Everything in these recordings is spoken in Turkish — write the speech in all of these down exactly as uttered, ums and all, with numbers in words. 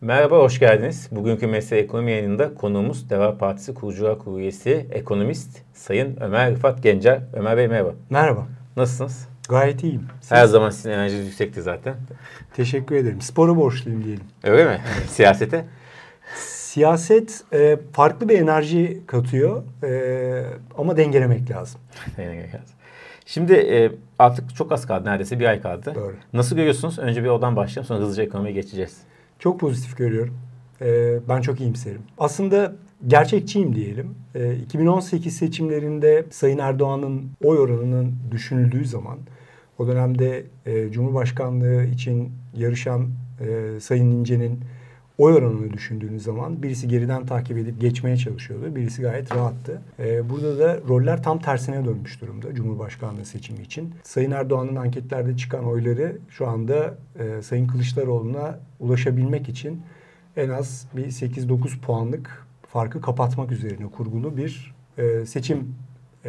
Merhaba, hoş geldiniz. Bugünkü Mesele Ekonomi yayınında konuğumuz Deva Partisi Kurucular Kurulu üyesi, ekonomist Sayın Ömer Rıfat Gencer. Ömer Bey merhaba. Merhaba. Nasılsınız? Gayet iyiyim. Siz? Her zaman sizin enerjiniz yüksekti zaten. Teşekkür ederim. Spora borçluyum diyelim. Öyle mi? Siyasete? Siyaset e, farklı bir enerji katıyor e, ama dengelemek lazım. Dengelemek lazım. Şimdi e, artık çok az kaldı. Neredeyse bir ay kaldı. Doğru. Nasıl görüyorsunuz? Önce bir oradan başlayalım. Sonra hızlıca ekonomiye geçeceğiz. Çok pozitif görüyorum. E, ben çok iyimserim. Aslında gerçekçiyim diyelim. E, iki bin on sekiz seçimlerinde Sayın Erdoğan'ın oy oranının düşünüldüğü zaman o dönemde e, Cumhurbaşkanlığı için yarışan e, Sayın İnce'nin oy oranını düşündüğünüz zaman birisi geriden takip edip geçmeye çalışıyordu. Birisi gayet rahattı. Ee, burada da roller tam tersine dönmüş durumda Cumhurbaşkanlığı seçimi için. Sayın Erdoğan'ın anketlerde çıkan oyları şu anda e, Sayın Kılıçdaroğlu'na ulaşabilmek için en az bir sekiz dokuz puanlık farkı kapatmak üzerine kurgulu bir e, seçim e,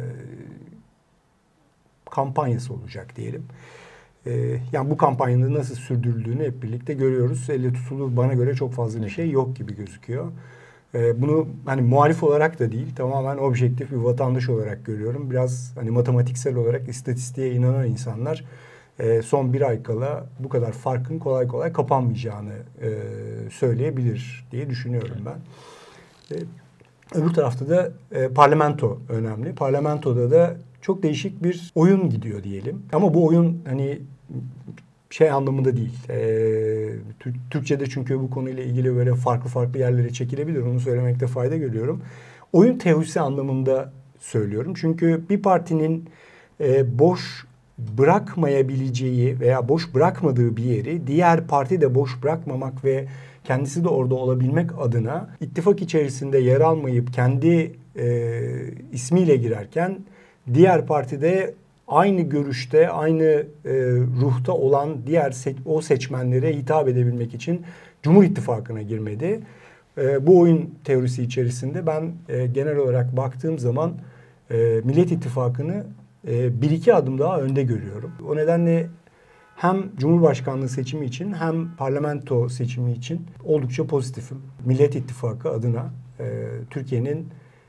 kampanyası olacak diyelim. Yani bu kampanyanın nasıl sürdürüldüğünü hep birlikte görüyoruz. Elle tutulur bana göre çok fazla bir şey yok gibi gözüküyor. Bunu hani muhalif olarak da değil, tamamen objektif bir vatandaş olarak görüyorum. Biraz hani matematiksel olarak istatistiğe inanan insanlar son bir ay kala bu kadar farkın kolay kolay kapanmayacağını söyleyebilir diye düşünüyorum ben. Öbür tarafta da parlamento önemli. Parlamentoda da çok değişik bir oyun gidiyor diyelim. Ama bu oyun hani şey anlamında değil. Ee, Türkçe'de çünkü bu konuyla ilgili böyle farklı farklı yerlere çekilebilir. Onu söylemekte fayda görüyorum. Oyun teorisi anlamında söylüyorum. Çünkü bir partinin e, boş bırakmayabileceği veya boş bırakmadığı bir yeri diğer parti de boş bırakmamak ve kendisi de orada olabilmek adına ittifak içerisinde yer almayıp kendi e, ismiyle girerken diğer partide aynı görüşte, aynı e, ruhta olan diğer se- o seçmenlere hitap edebilmek için Cumhur İttifakı'na girmedi. E, bu oyun teorisi içerisinde ben e, genel olarak baktığım zaman e, Millet İttifakı'nı e, bir iki adım daha önde görüyorum. O nedenle hem Cumhurbaşkanlığı seçimi için hem parlamento seçimi için oldukça pozitifim. Millet İttifakı adına e, Türkiye'nin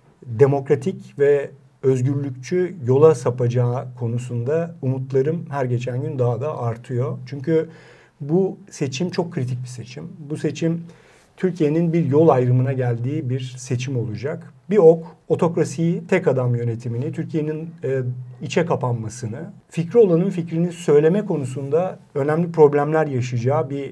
demokratik ve özgürlükçü yola sapacağı konusunda umutlarım her geçen gün daha da artıyor. Çünkü bu seçim çok kritik bir seçim. Bu seçim Türkiye'nin bir yol ayrımına geldiği bir seçim olacak. Bir ok, otokrasiyi, tek adam yönetimini, Türkiye'nin e, içe kapanmasını, fikri olanın fikrini söyleme konusunda önemli problemler yaşayacağı bir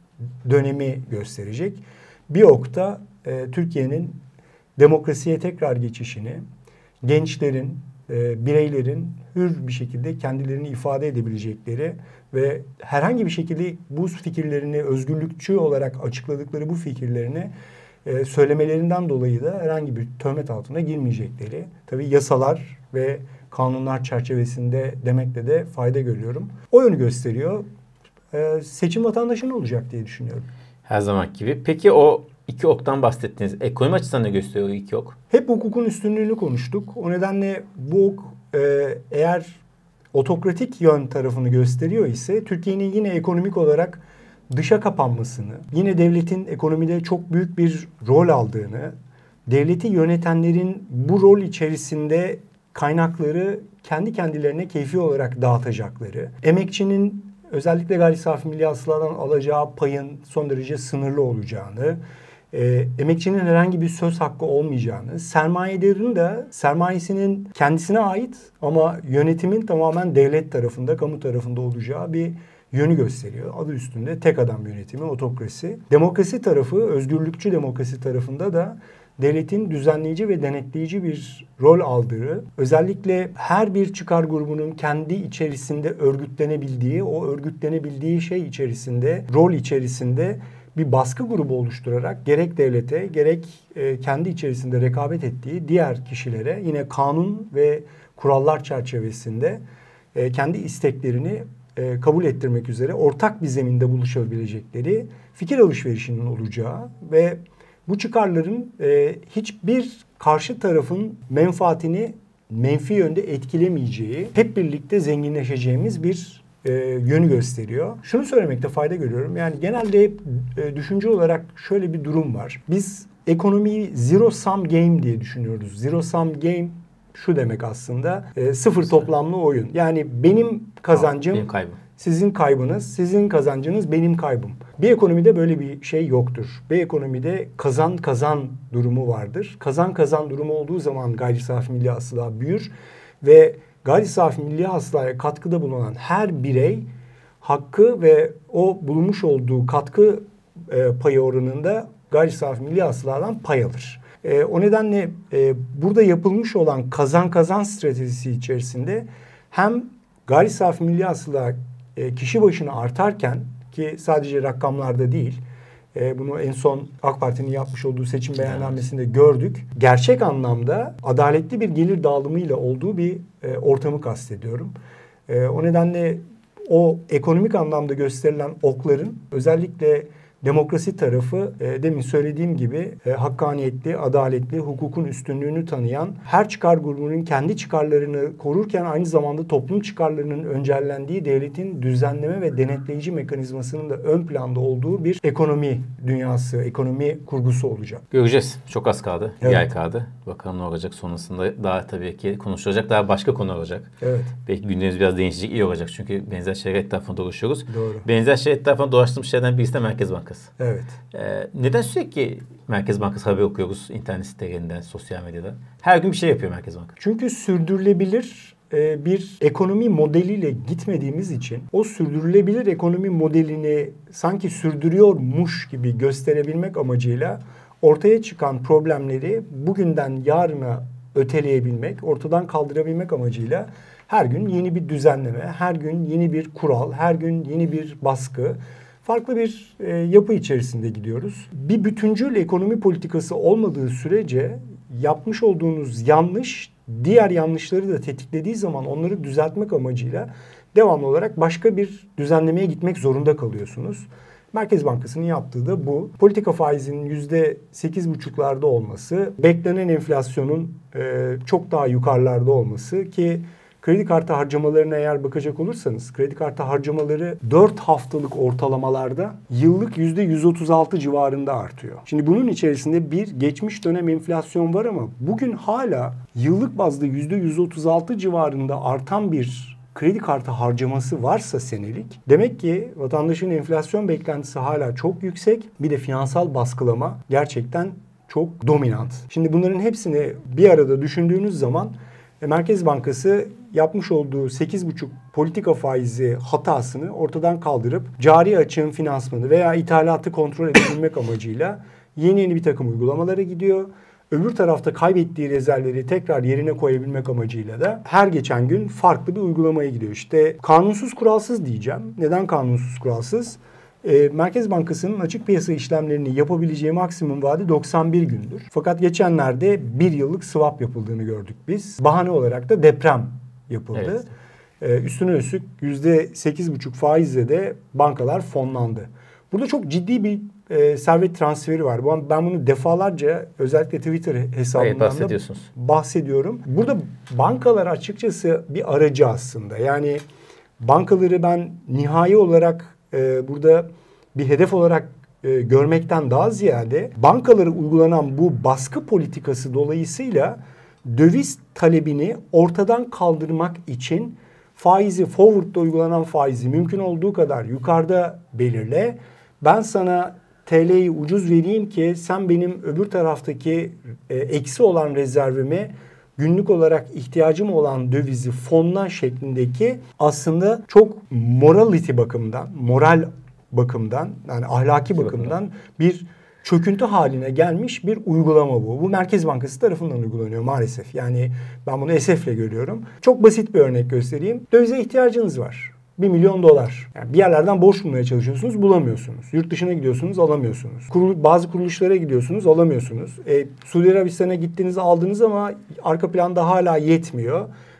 dönemi gösterecek. Bir ok da e, Türkiye'nin demokrasiye tekrar geçişini, gençlerin, e, bireylerin hür bir şekilde kendilerini ifade edebilecekleri ve herhangi bir şekilde bu fikirlerini özgürlükçü olarak açıkladıkları bu fikirlerini e, söylemelerinden dolayı da herhangi bir töhmet altına girmeyecekleri. Tabii yasalar ve kanunlar çerçevesinde demekle de fayda görüyorum. O yönü gösteriyor. E, seçim vatandaşın olacak diye düşünüyorum. Her zaman gibi. Peki o iki oktan bahsettiniz. Ekonomi açısından ne gösteriyor o iki ok? Hep hukukun üstünlüğünü konuştuk. O nedenle bu ok e, eğer otokratik yön tarafını gösteriyor ise Türkiye'nin yine ekonomik olarak dışa kapanmasını, yine devletin ekonomide çok büyük bir rol aldığını, devleti yönetenlerin bu rol içerisinde kaynakları kendi kendilerine keyfi olarak dağıtacakları, emekçinin özellikle gayri safi milli hasıladan alacağı payın son derece sınırlı olacağını, E, emekçinin herhangi bir söz hakkı olmayacağını, sermayedarın da sermayesinin kendisine ait ama yönetimin tamamen devlet tarafında, kamu tarafında olacağı bir yönü gösteriyor. Adı üstünde tek adam yönetimi, otokrasi. Demokrasi tarafı, özgürlükçü demokrasi tarafında da devletin düzenleyici ve denetleyici bir rol aldığı, özellikle her bir çıkar grubunun kendi içerisinde örgütlenebildiği, o örgütlenebildiği şey içerisinde, rol içerisinde bir baskı grubu oluşturarak gerek devlete gerek e, kendi içerisinde rekabet ettiği diğer kişilere yine kanun ve kurallar çerçevesinde e, kendi isteklerini e, kabul ettirmek üzere ortak bir zeminde buluşabilecekleri fikir alışverişinin olacağı ve bu çıkarların e, hiçbir karşı tarafın menfaatini menfi yönde etkilemeyeceği, hep birlikte zenginleşeceğimiz bir e, yönü gösteriyor. Şunu söylemekte fayda görüyorum. Yani genelde e, düşünce olarak şöyle bir durum var. Biz ekonomiyi zero sum game diye düşünüyoruz. Zero sum game şu demek aslında e, sıfır toplamlı oyun. Yani benim kazancım benim kaybım. Sizin kaybınız, sizin kazancınız benim kaybım. Bir ekonomide böyle bir şey yoktur. Bir ekonomide kazan kazan durumu vardır. Kazan kazan durumu olduğu zaman gayri safi milli hasıla büyür ve gayri safi milli hasılaya katkıda bulunan her birey hakkı ve o bulunmuş olduğu katkı e, payı oranında gayri safi milli hasıladan pay alır. E, o nedenle e, burada yapılmış olan kazan kazan stratejisi içerisinde hem gayri safi milli hasıla e, kişi başına artarken ki sadece rakamlarda değil, e, bunu en son AK Parti'nin yapmış olduğu seçim beyannamesinde gördük. Gerçek anlamda adaletli bir gelir dağılımıyla olduğu bir e, ortamı kastediyorum. E, o nedenle o ekonomik anlamda gösterilen okların özellikle demokrasi tarafı e, demin söylediğim gibi e, hakkaniyetli, adaletli, hukukun üstünlüğünü tanıyan, her çıkar grubunun kendi çıkarlarını korurken aynı zamanda toplum çıkarlarının öncellendiği devletin düzenleme ve denetleyici mekanizmasının da ön planda olduğu bir ekonomi dünyası, ekonomi kurgusu olacak. Göreceğiz. Çok az kaldı. Evet. Bir ay kaldı. Bakalım ne olacak sonrasında. Daha tabii ki konuşulacak. Daha başka konu olacak. Evet. Belki gündemimiz biraz değişecek, iyi olacak. Çünkü benzer şeyler etrafında dolaşıyoruz. Doğru. Benzer şey etrafında dolaştığımız şeylerden birisi de Merkez Bankası. Evet. Ee, neden sürekli Merkez Bankası haber okuyoruz internet sitelerinden, sosyal medyada? Her gün bir şey yapıyor Merkez Bankası. Çünkü sürdürülebilir e, bir ekonomi modeliyle gitmediğimiz için o sürdürülebilir ekonomi modelini sanki sürdürüyormuş gibi gösterebilmek amacıyla ortaya çıkan problemleri bugünden yarına öteleyebilmek, ortadan kaldırabilmek amacıyla her gün yeni bir düzenleme, her gün yeni bir kural, her gün yeni bir baskı, farklı bir e, yapı içerisinde gidiyoruz. Bir bütüncül ekonomi politikası olmadığı sürece yapmış olduğunuz yanlış diğer yanlışları da tetiklediği zaman onları düzeltmek amacıyla devamlı olarak başka bir düzenlemeye gitmek zorunda kalıyorsunuz. Merkez Bankası'nın yaptığı da bu. Politika faizinin yüzde sekiz buçuklarda olması, beklenen enflasyonun e, çok daha yukarılarda olması ki kredi kartı harcamalarına eğer bakacak olursanız kredi kartı harcamaları dört haftalık ortalamalarda yıllık yüzde yüz otuz altı civarında artıyor. Şimdi bunun içerisinde bir geçmiş dönem enflasyon var ama bugün hala yıllık bazda yüzde yüz otuz altı civarında artan bir kredi kartı harcaması varsa senelik demek ki vatandaşın enflasyon beklentisi hala çok yüksek. Bir de finansal baskılama gerçekten çok dominant. Şimdi bunların hepsini bir arada düşündüğünüz zaman Merkez Bankası yapmış olduğu sekiz buçuk politika faizi hatasını ortadan kaldırıp cari açığın finansmanı veya ithalatı kontrol edebilmek amacıyla yeni yeni bir takım uygulamalara gidiyor. Öbür tarafta kaybettiği rezervleri tekrar yerine koyabilmek amacıyla da her geçen gün farklı bir uygulamaya gidiyor. İşte kanunsuz kuralsız diyeceğim. Neden kanunsuz kuralsız? E, Merkez Bankası'nın açık piyasa işlemlerini yapabileceği maksimum vade doksan bir gündür. Fakat geçenlerde bir yıllık swap yapıldığını gördük biz. Bahane olarak da deprem yapıldı. Evet. E, üstüne üstlük yüzde sekiz buçuk faizle de bankalar fonlandı. Burada çok ciddi bir e, servet transferi var. Ben bunu defalarca özellikle Twitter hesabımdan evet, da bahsediyorum. Burada bankalar açıkçası bir aracı aslında. Yani bankaları ben nihai olarak e, burada bir hedef olarak e, görmekten daha ziyade bankalara uygulanan bu baskı politikası dolayısıyla döviz talebini ortadan kaldırmak için faizi, forward'da uygulanan faizi mümkün olduğu kadar yukarıda belirle. Ben sana T L'yi ucuz vereyim ki sen benim öbür taraftaki e, eksi olan rezervimi günlük olarak ihtiyacım olan dövizi fonla şeklindeki aslında çok morality bakımından, moral bakımdan yani ahlaki bakımdan bir çöküntü haline gelmiş bir uygulama bu. Bu Merkez Bankası tarafından uygulanıyor maalesef. Yani ben bunu esefle görüyorum. Çok basit bir örnek göstereyim. Dövize ihtiyacınız var. Bir milyon dolar. Yani bir yerlerden borç bulmaya çalışıyorsunuz, bulamıyorsunuz. Yurt dışına gidiyorsunuz, alamıyorsunuz. Kurulu, bazı kuruluşlara gidiyorsunuz, alamıyorsunuz. E, Suudi Arabistan'a gittiniz, aldınız ama arka planda hala yetmiyor.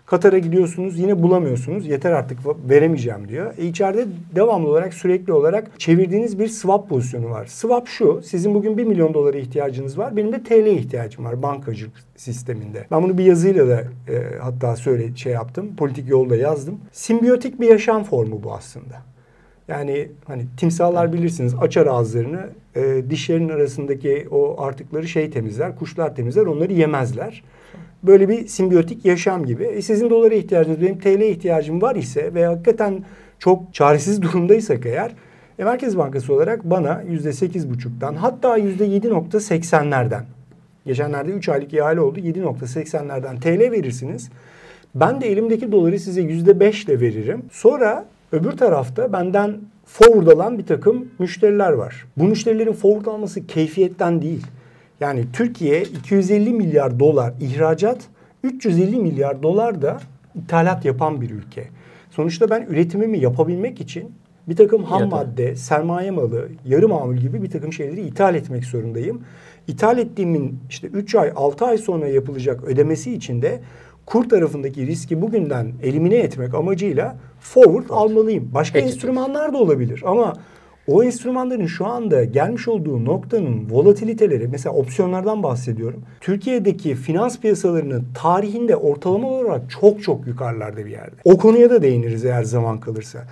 Katar'a gidiyorsunuz yine bulamıyorsunuz. Yeter artık veremeyeceğim diyor. E içeride devamlı olarak sürekli olarak çevirdiğiniz bir swap pozisyonu var. Swap şu. Sizin bugün bir milyon dolara ihtiyacınız var. Benim de T L'ye ihtiyacım var bankacılık sisteminde. Ben bunu bir yazıyla da e, hatta söyle şey yaptım. Politik yolda yazdım. Simbiyotik bir yaşam formu bu aslında. Yani hani timsahlar bilirsiniz açar ağızlarını, e, dişlerin arasındaki o artıkları şey temizler, kuşlar temizler, onları yemezler. Böyle bir simbiyotik yaşam gibi. E sizin dolara ihtiyacınız, benim T L'ye ihtiyacım var ise ve hakikaten çok çaresiz durumdaysak eğer, e, Merkez Bankası olarak bana yüzde sekiz buçuktan hatta yüzde yedi nokta seksenlerden, geçenlerde üç aylık ihale oldu, yedi nokta seksenlerden T L verirsiniz. Ben de elimdeki doları size yüzde beşle veririm. Sonra öbür tarafta benden forward alan bir takım müşteriler var. Bu müşterilerin forward alması keyfiyetten değil. Yani Türkiye iki yüz elli milyar dolar ihracat, üç yüz elli milyar dolar da ithalat yapan bir ülke. Sonuçta ben üretimimi yapabilmek için bir takım ham madde, sermaye malı, yarı mamul gibi bir takım şeyleri ithal etmek zorundayım. İthal ettiğimin işte üç ay, altı ay sonra yapılacak ödemesi için de kur tarafındaki riski bugünden elimine etmek amacıyla forward almalıyım. Başka Peki. enstrümanlar da olabilir ama o enstrümanların şu anda gelmiş olduğu noktanın volatiliteleri, mesela opsiyonlardan bahsediyorum. Türkiye'deki finans piyasalarının tarihinde ortalama olarak çok çok yukarılarda bir yerde. O konuya da değiniriz eğer zaman kalırsa.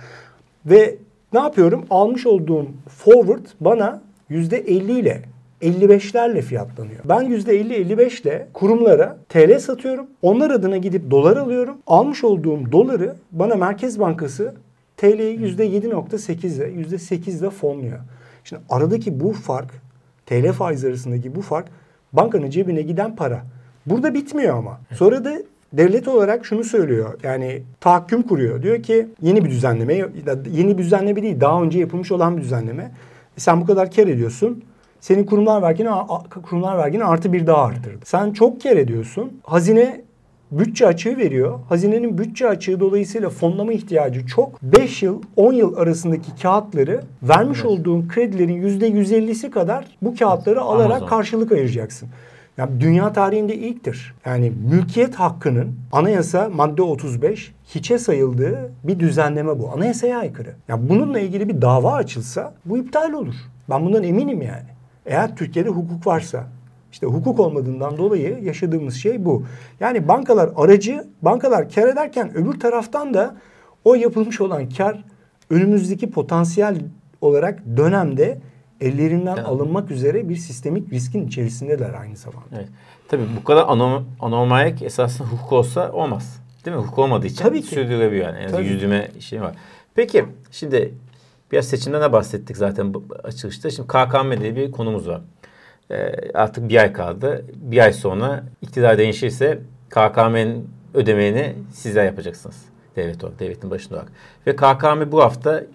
Ve ne yapıyorum? Almış olduğum forward bana yüzde elli ile elli beşlerle fiyatlanıyor. Ben yüzde elli elli beşle kurumlara T L satıyorum. Onlar adına gidip dolar alıyorum. Almış olduğum doları bana Merkez Bankası T L'yi yüzde yedi nokta sekizle, yüzde sekizle fonluyor. Şimdi aradaki bu fark, T L faiz arasındaki bu fark bankanın cebine giden para. Burada bitmiyor ama. Sonra da devlet olarak şunu söylüyor. Yani tahakküm kuruyor. Diyor ki yeni bir düzenleme, yeni bir düzenleme değil, daha önce yapılmış olan bir düzenleme. E sen bu kadar kar ediyorsun. Senin kurumlar vergini, kurumlar vergini artı bir daha arttırdı. Sen çok kar ediyorsun. Hazine bütçe açığı veriyor. Hazinenin bütçe açığı dolayısıyla fonlama ihtiyacı çok. beş yıl, on yıl arasındaki kağıtları vermiş evet. olduğun kredilerin yüzde yüz ellisi kadar bu kağıtları evet. alarak Amazon. karşılık ayıracaksın. Yani dünya tarihinde ilktir. Yani mülkiyet hakkının anayasa madde otuz beş hiçe sayıldığı bir düzenleme bu. Anayasaya aykırı. Yani bununla ilgili bir dava açılsa bu iptal olur. Ben bundan eminim yani. Eğer Türkiye'de hukuk varsa. İşte hukuk olmadığından dolayı yaşadığımız şey bu. Yani bankalar aracı, bankalar kar ederken öbür taraftan da o yapılmış olan kar önümüzdeki potansiyel olarak dönemde ellerinden yani, alınmak üzere bir sistemik riskin içerisindeler aynı zamanda. Evet. Tabii bu kadar anom anormal esasında hukuk olsa olmaz. Değil mi? Hukuk olmadığı için Tabii ki. sürdürülebiliyor yani. yani yüzüme şey var. Peki şimdi biraz seçimden de bahsettik zaten açılışta. Şimdi K K M diye bir konumuz var. Ee, artık bir ay kaldı. Bir ay sonra iktidar değişirse K K M'nin ödemeni sizler yapacaksınız. Devlet olarak, devletin başında olarak. Ve K K M bu hafta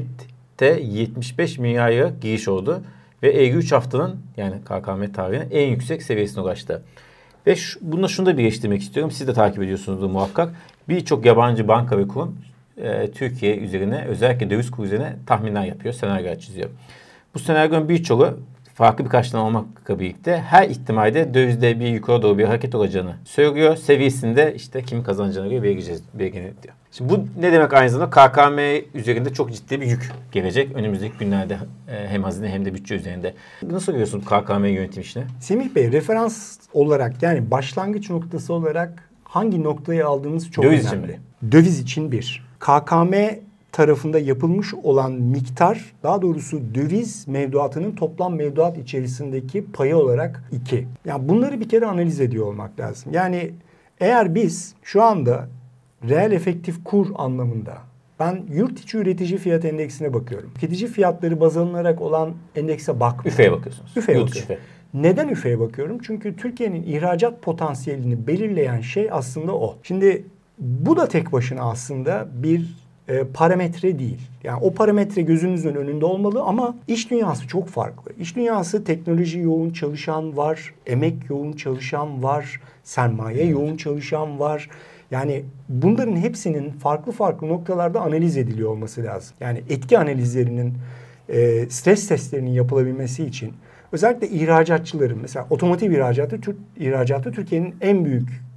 nette yetmiş beş milyar lira giriş oldu. Ve Eylül üç haftanın yani K K M tarihinin en yüksek seviyesine ulaştı. Ve şu, bununla şunu da birleştirmek istiyorum. Siz de takip ediyorsunuzdur muhakkak. Birçok yabancı banka ve kurum e, Türkiye üzerine, özellikle döviz kuru üzerine tahminler yapıyor, senaryolar çiziyor. Bu senaryonun birçoğu farklı bir karşılama olmakla birlikte her ihtimalde dövizde bir yukarı doğru bir hareket olacağını söylüyor. Seviyesinde işte kim kazanacağına göre belirleyeceğiz, belirlenir diyor. Şimdi bu ne demek aynı zamanda? K K M üzerinde çok ciddi bir yük gelecek önümüzdeki günlerde hem hazine hem de bütçe üzerinde. Nasıl görüyorsun K K M yönetim işini? Semih Bey, referans olarak yani başlangıç noktası olarak hangi noktayı aldığımız çok Döviz önemli. Için mi? Döviz için bir. K K M tarafında yapılmış olan miktar, daha doğrusu döviz mevduatının toplam mevduat içerisindeki payı olarak iki. Yani bunları bir kere analiz ediyor olmak lazım. Yani eğer biz şu anda reel efektif kur anlamında, ben yurt içi üretici fiyat endeksine bakıyorum. Tüketici fiyatları baz alınarak olan endekse bakmıyorum. Üfe'ye bakıyorsunuz. Üfe'ye bakıyorum. Üfe. Neden Üfe'ye bakıyorum? Çünkü Türkiye'nin ihracat potansiyelini belirleyen şey aslında o. Şimdi bu da tek başına aslında bir E, parametre değil. Yani o parametre gözünüzün önünde olmalı ama iş dünyası çok farklı. İş dünyası teknoloji yoğun çalışan var, emek yoğun çalışan var, sermaye yoğun çalışan var. Yani bunların hepsinin farklı farklı noktalarda analiz ediliyor olması lazım. Yani etki analizlerinin, e, stres testlerinin yapılabilmesi için özellikle ihracatçıların, mesela otomotiv ihracatı, Türk ihracatı Türkiye'nin en büyük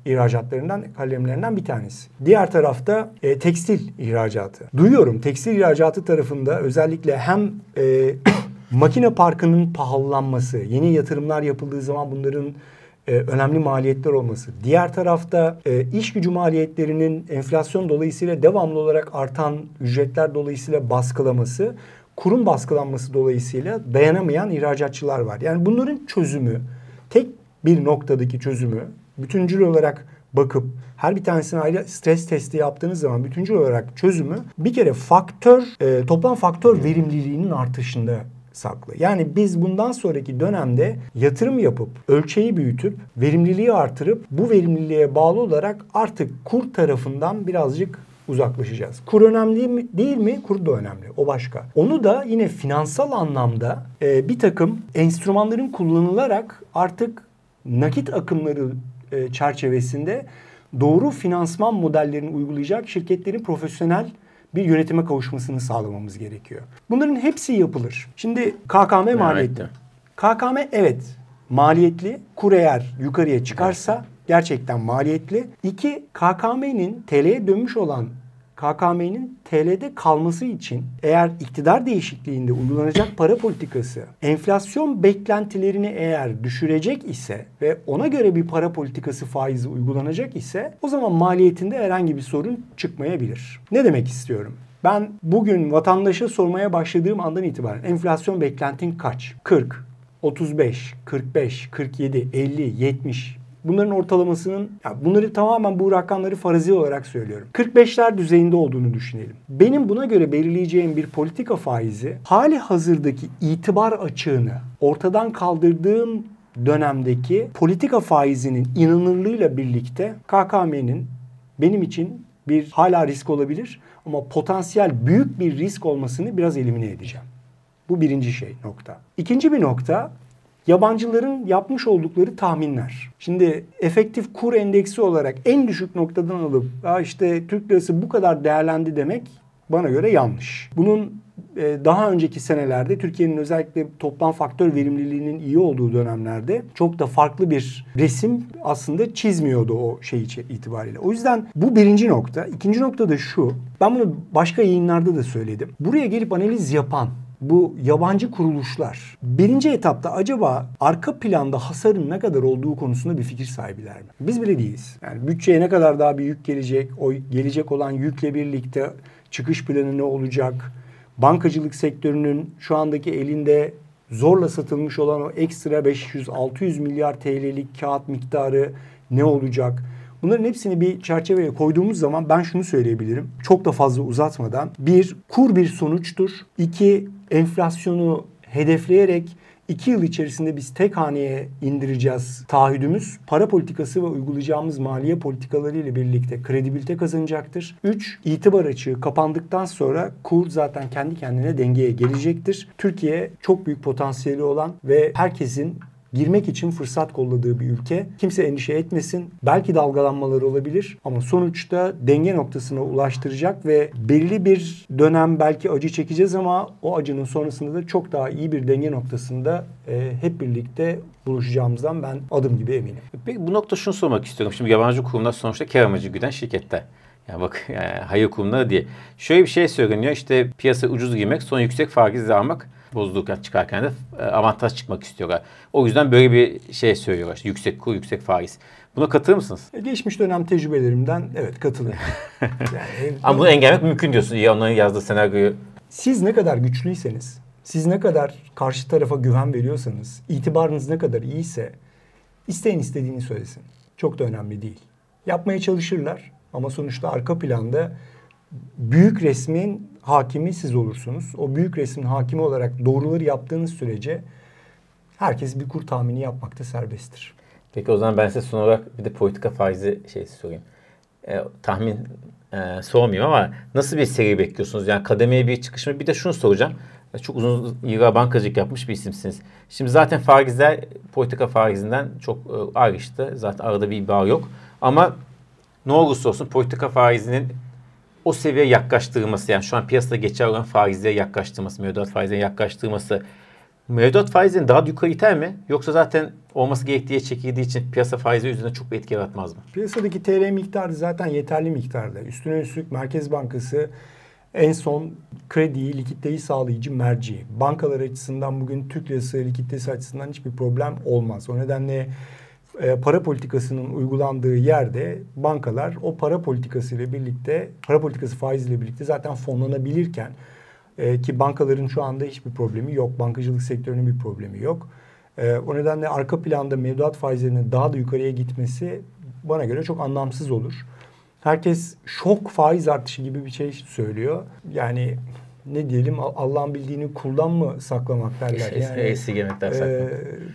ihracatlarından, kalemlerinden bir tanesi. Diğer tarafta e, tekstil ihracatı. Duyuyorum tekstil ihracatı tarafında özellikle hem e, makine parkının pahalılanması, yeni yatırımlar yapıldığı zaman bunların e, önemli maliyetler olması. Diğer tarafta e, iş gücü maliyetlerinin enflasyon dolayısıyla devamlı olarak artan ücretler dolayısıyla baskılaması, kurum baskılanması dolayısıyla dayanamayan ihracatçılar var. Yani bunların çözümü, tek bir noktadaki çözümü, bütüncül olarak bakıp her bir tanesine ayrı stres testi yaptığınız zaman bütüncül olarak çözümü bir kere faktör, e, toplam faktör verimliliğinin artışında saklı. Yani biz bundan sonraki dönemde yatırım yapıp, ölçeği büyütüp, verimliliği artırıp bu verimliliğe bağlı olarak artık kur tarafından birazcık uzaklaşacağız. Kur önemli mi, değil mi? Kur da önemli. O başka. Onu da yine finansal anlamda e, bir takım enstrümanların kullanılarak artık nakit akımları e, çerçevesinde doğru finansman modellerini uygulayacak şirketlerin profesyonel bir yönetime kavuşmasını sağlamamız gerekiyor. Bunların hepsi yapılır. Şimdi K K M maliyetli. Evet. K K M evet maliyetli. Kur eğer yukarıya çıkarsa gerçekten maliyetli. İki, K K M'nin T L'ye dönmüş olan K K M'nin T L'de kalması için eğer iktidar değişikliğinde uygulanacak para politikası enflasyon beklentilerini eğer düşürecek ise ve ona göre bir para politikası faizi uygulanacak ise o zaman maliyetinde herhangi bir sorun çıkmayabilir. Ne demek istiyorum? Ben bugün vatandaşa sormaya başladığım andan itibaren enflasyon beklentin kaç? kırk, otuz beş, kırk beş, kırk yedi, elli, yetmiş... Bunların ortalamasının, ya bunları tamamen bu rakamları farazi olarak söylüyorum. kırk beşler düzeyinde olduğunu düşünelim. Benim buna göre belirleyeceğim bir politika faizi hali hazırdaki itibar açığını ortadan kaldırdığım dönemdeki politika faizinin inanırlığıyla birlikte K K M'nin benim için bir hala risk olabilir ama potansiyel büyük bir risk olmasını biraz elimine edeceğim. Bu birinci şey nokta. İkinci bir nokta, yabancıların yapmış oldukları tahminler. Şimdi efektif kur endeksi olarak en düşük noktadan alıp işte Türk lirası bu kadar değerlendi demek bana göre yanlış. Bunun daha önceki senelerde Türkiye'nin özellikle toplam faktör verimliliğinin iyi olduğu dönemlerde çok da farklı bir resim aslında çizmiyordu o şey itibariyle. O yüzden bu birinci nokta. İkinci nokta da şu. Ben bunu başka yayınlarda da söyledim. Buraya gelip analiz yapan bu yabancı kuruluşlar birinci etapta acaba arka planda hasarın ne kadar olduğu konusunda bir fikir sahibiler mi? Biz bile değiliz. Yani bütçeye ne kadar daha bir yük gelecek, o gelecek olan yükle birlikte çıkış planı ne olacak? Bankacılık sektörünün şu andaki elinde zorla satılmış olan o ekstra beş yüz altı yüz milyar T L'lik kağıt miktarı ne olacak? Bunların hepsini bir çerçeveye koyduğumuz zaman ben şunu söyleyebilirim. Çok da fazla uzatmadan. Bir, kur bir sonuçtur. İki, enflasyonu hedefleyerek iki yıl içerisinde biz tek haneye indireceğiz taahhüdümüz. Para politikası ve uygulayacağımız maliye politikaları ile birlikte kredibilite kazanacaktır. Üç, itibar açığı kapandıktan sonra kur zaten kendi kendine dengeye gelecektir. Türkiye çok büyük potansiyeli olan ve herkesin girmek için fırsat kolladığı bir ülke. Kimse endişe etmesin. Belki dalgalanmalar olabilir ama sonuçta denge noktasına ulaştıracak ve belli bir dönem belki acı çekeceğiz ama o acının sonrasında da çok daha iyi bir denge noktasında e, hep birlikte buluşacağımızdan ben adım gibi eminim. Peki bu nokta şunu sormak istiyorum. Şimdi yabancı kurumlar sonuçta kar amacı güden şirketler. Ya bak yani hayır kurumları diye. Şöyle bir şey söyleniyor. İşte piyasa ucuz girmek, sonra yüksek faizle almak, bozdururken çıkarken de avantaj çıkmak istiyorlar. O yüzden böyle bir şey söylüyorlar. İşte yüksek kur, yüksek faiz. Buna katılır mısınız? Geçmiş dönem tecrübelerimden evet katılıyorum. Yani, ama bunu engellemek mümkün diyorsun. Ya onların yazdığı senaryoyu. Siz ne kadar güçlüyseniz, siz ne kadar karşı tarafa güven veriyorsanız, itibarınız ne kadar iyiyse isteyen istediğini söylesin. Çok da önemli değil. Yapmaya çalışırlar ama sonuçta arka planda büyük resmin hakimi siz olursunuz. O büyük resmin hakimi olarak doğruları yaptığınız sürece herkes bir kur tahmini yapmakta serbesttir. Peki o zaman ben size son olarak bir de politika faizi şey sorayım. E, tahmin e, sormayayım ama nasıl bir seri bekliyorsunuz? Yani kademeye bir çıkış mı? Bir de şunu soracağım. Çok uzun yıllar bankacılık yapmış bir isimsiniz. Şimdi zaten faizler politika faizinden çok e, ayrıştı. Zaten arada bir bağ yok. Ama ne olursa olsun politika faizinin o seviyeye yaklaştırılması, yani şu an piyasada geçerli olan faizlere yaklaştırılması, mevduat faizlerine yaklaştırılması, mevduat faizlerini daha yukarı iter mi? Yoksa zaten olması gerektiği çekildiği için piyasa faizi üzerine çok bir etki yaratmaz mı? Piyasadaki T L miktarı zaten yeterli miktarda. Üstüne üstlük Merkez Bankası en son krediyi, likiditeyi sağlayıcı merci. Bankalar açısından bugün Türk lirası likiditesi açısından hiçbir problem olmaz. O nedenle e, para politikasının uygulandığı yerde bankalar o para politikası ile birlikte, para politikası faiziyle birlikte zaten fonlanabilirken e, ki bankaların şu anda hiçbir problemi yok. Bankacılık sektörünün bir problemi yok. E, o nedenle arka planda mevduat faizlerinin daha da yukarıya gitmesi bana göre çok anlamsız olur. Herkes şok faiz artışı gibi bir şey söylüyor. Yani ne diyelim, Allah'ın bildiğini kuldan mı saklamak derler. Yani, Esirgemekten saklamak. E,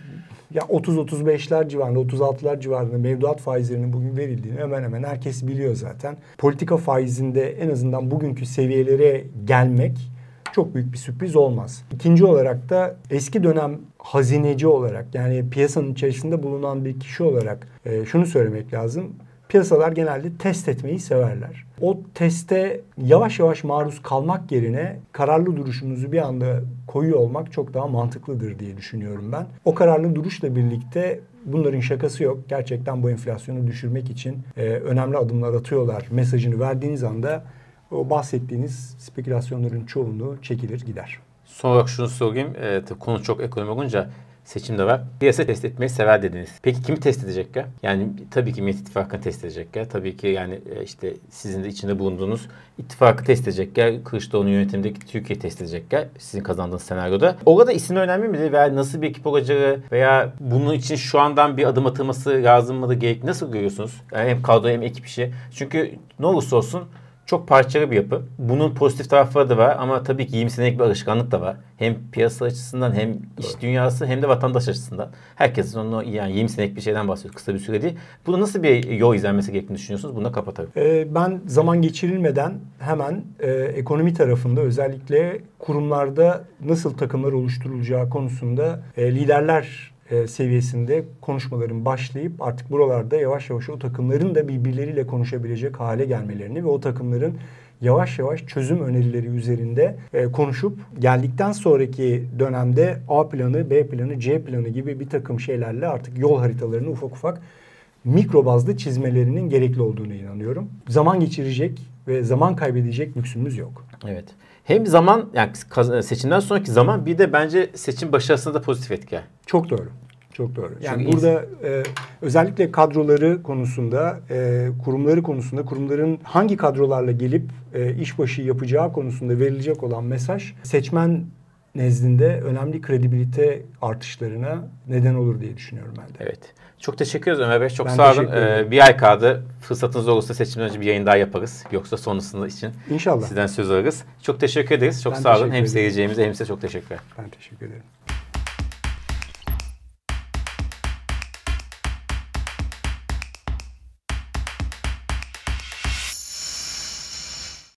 ya otuz otuz beşler civarında, otuz altılar civarında mevduat faizlerinin bugün verildiğini hemen hemen herkes biliyor zaten. Politika faizinde en azından bugünkü seviyelere gelmek çok büyük bir sürpriz olmaz. İkinci olarak da eski dönem hazineci olarak, yani piyasanın içerisinde bulunan bir kişi olarak e, şunu söylemek lazım. Piyasalar genelde test etmeyi severler. O teste yavaş yavaş maruz kalmak yerine kararlı duruşunuzu bir anda koyuyor olmak çok daha mantıklıdır diye düşünüyorum ben. O kararlı duruşla birlikte bunların şakası yok. Gerçekten bu enflasyonu düşürmek için e, önemli adımlar atıyorlar mesajını verdiğiniz anda o bahsettiğiniz spekülasyonların çoğunluğu çekilir gider. Son olarak şunu sorayım. E, konu çok ekonomik olunca seçim de var. Piyasa test etmeyi sever dediniz. Peki kimi test edecek ya? Yani tabii ki Millet İttifakı'nı test edecek ya. Tabii ki yani işte sizin de içinde bulunduğunuz ittifakı test edecek ya. Kılıçdaroğlu'nun yönetimindeki Türkiye test edecek ya. Sizin kazandığınız senaryoda. Orada isim önemli midir? Veya nasıl bir ekip olacağı veya bunun için şu andan bir adım atılması lazım mıdır? Gerek nasıl görüyorsunuz? Yani hem kadro hem ekip işi. Çünkü ne olursa olsun çok parçalı bir yapı. Bunun pozitif tarafları da var ama tabii ki yirmi senelik bir alışkanlık da var. Hem piyasa açısından hem iş evet. dünyası hem de vatandaş açısından. Herkesin onu yani yirmi senelik bir şeyden bahsediyor. Kısa bir süre değil. Burada nasıl bir yol izlenmesi gerektiğini düşünüyorsunuz? Bunu da kapatalım. Ee, ben zaman geçirilmeden hemen e, ekonomi tarafında özellikle kurumlarda nasıl takımlar oluşturulacağı konusunda e, liderler E, seviyesinde konuşmaların başlayıp artık buralarda yavaş yavaş o takımların da birbirleriyle konuşabilecek hale gelmelerini ve o takımların yavaş yavaş çözüm önerileri üzerinde e, konuşup geldikten sonraki dönemde A planı, B planı, C planı gibi bir takım şeylerle artık yol haritalarını ufak ufak mikro bazlı çizmelerinin gerekli olduğunu inanıyorum. Zaman geçirecek ve zaman kaybedecek lüksümüz yok. Evet. Hem zaman, yani seçimden sonraki zaman, bir de bence seçim başarısında da pozitif etki. Çok doğru. Çok doğru. Yani Çünkü burada e, özellikle kadroları konusunda, e, kurumları konusunda, kurumların hangi kadrolarla gelip e, işbaşı yapacağı konusunda verilecek olan mesaj seçmen nezdinde önemli kredibilite artışlarına neden olur diye düşünüyorum ben de. Evet. Çok teşekkür ederiz Ömer Bey. Çok ben sağ olun. Ee, bir ay kaldı. Fırsatınız olursa seçimden önce bir yayın daha yaparız. Yoksa sonrasında için İnşallah. Sizden söz alırız. Çok teşekkür ederiz. Çok ben sağ olun. Hem seyircilerimize hem size çok teşekkürler. Ben teşekkür ederim.